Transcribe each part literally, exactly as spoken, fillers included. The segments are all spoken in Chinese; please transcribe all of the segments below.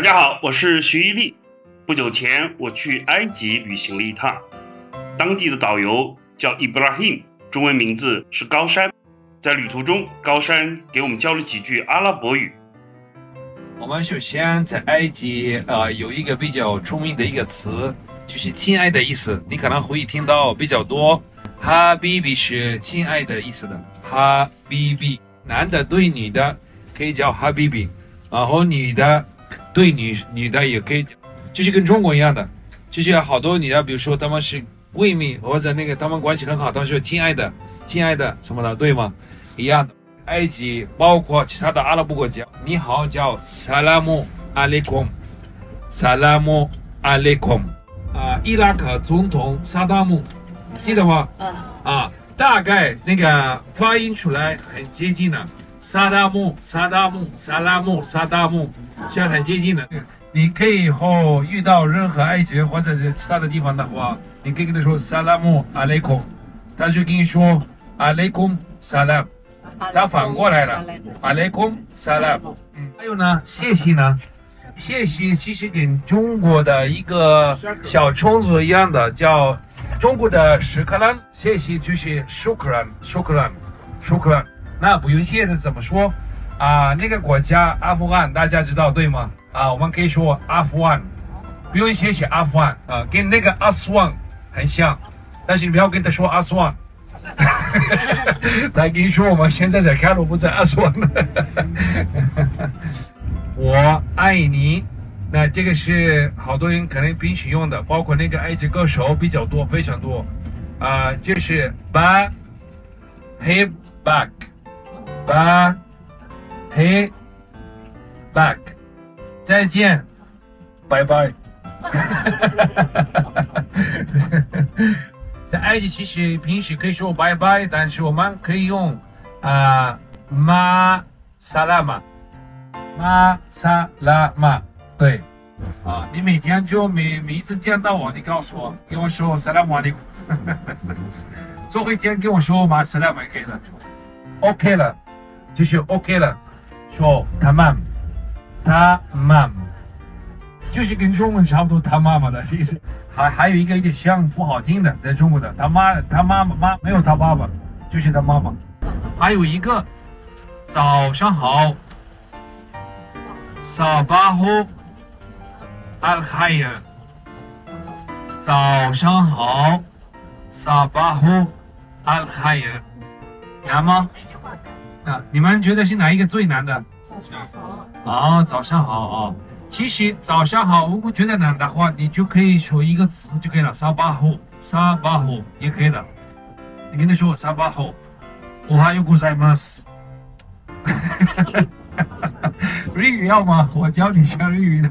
家好，我是徐一力。不久前我去埃及旅行了一趟，当地的导游叫 Ibrahim， 中文名字是高山。在旅途中，高山给我们教了几句阿拉伯语。 我们首先在埃及呃有一个比较出名的一个词，就是亲爱的意思，你可能会听到比较多。哈比比是亲爱的意思的，哈比比，男的对女的可以叫哈比比，然后女的对女女的也可以，就是跟中国一样的，就是好多女的，比如说她们是闺蜜或者那个她们关系很好，她们说亲爱的亲爱的什么的，对吗？一样的。埃及包括其他的阿拉伯国家，你好叫萨拉姆阿里孔，萨拉姆阿里孔。啊，伊拉克总统萨达姆，记得吗？嗯。啊，大概那个发音出来很接近的，萨达姆，萨达姆，萨拉姆，萨达姆，是很接近的。你可以以后遇到任何埃及或者是其他的地方的话，你可以跟他说萨拉姆阿里孔，他就跟你说阿里孔萨拉姆。他反过来了，阿莱贡萨拉姆。嗯，还有呢，谢谢呢，谢谢其实跟中国的一个小虫子一样的，叫中国的屎壳郎。谢谢就是舒克兰，舒克兰，舒克兰。那不用谢的怎么说啊？那个国家阿富汗，大家知道对吗？啊，我们可以说阿富汗，不用谢谢阿富汗啊，跟那个阿斯旺很像，但是你不要跟他说阿斯旺。他跟你说我们现在在开罗，不在阿斯旺呢。我爱你，那这个是好多人可能平时用的，包括那个埃及歌手比较多，非常多啊、呃，就是把 he back， 把 he back， 再见，拜拜。在埃及其实平时可以说拜拜，但是我们可以用啊马萨拉玛，马萨拉玛，对啊，你每天就每每一次见到我，你告诉我，跟我说萨拉姆阿里库，最后一天跟我说马萨拉玛可以了 ，OK 了，就是 OK 了，说他妈他妈，就是跟中文差不多，他妈妈的意思。还还有一个有点像不好听的，在中国的他妈他妈妈妈没有他爸爸，就是他妈妈。还有一个早上好，萨巴呼阿海尔，早上好，萨巴呼阿海尔，难吗？啊，你们觉得是哪一个最难的？啊、哦，早上好啊。哦，其实早上好，如果觉得难的话，你就可以说一个词就可以了，沙巴呼，沙巴呼也可以的。你跟他说沙巴呼，我还有ございます。日语要吗？我教你一下日语的。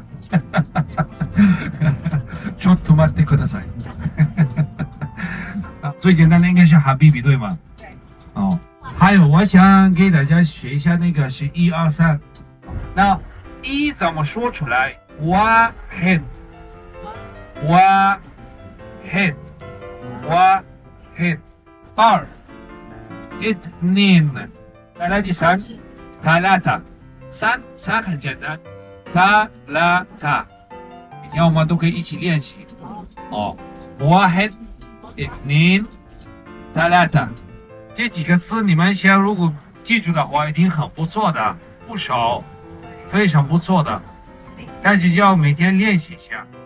ちょっと待ってください。最简单的应该是哈比比对吗？哦，还有我想给大家学一下那个是一二三，那。一怎么说出来 ？Wahed, wahed, wahed。二 ，itnin。再来第三 ，talata。三三很简单 ，talata。每天我们都可以一起练习。哦 ，wahed, itnin, talata。这几个词你们先如果记住的话，一定很不错的，不少。非常不错的，但是要每天练习一下。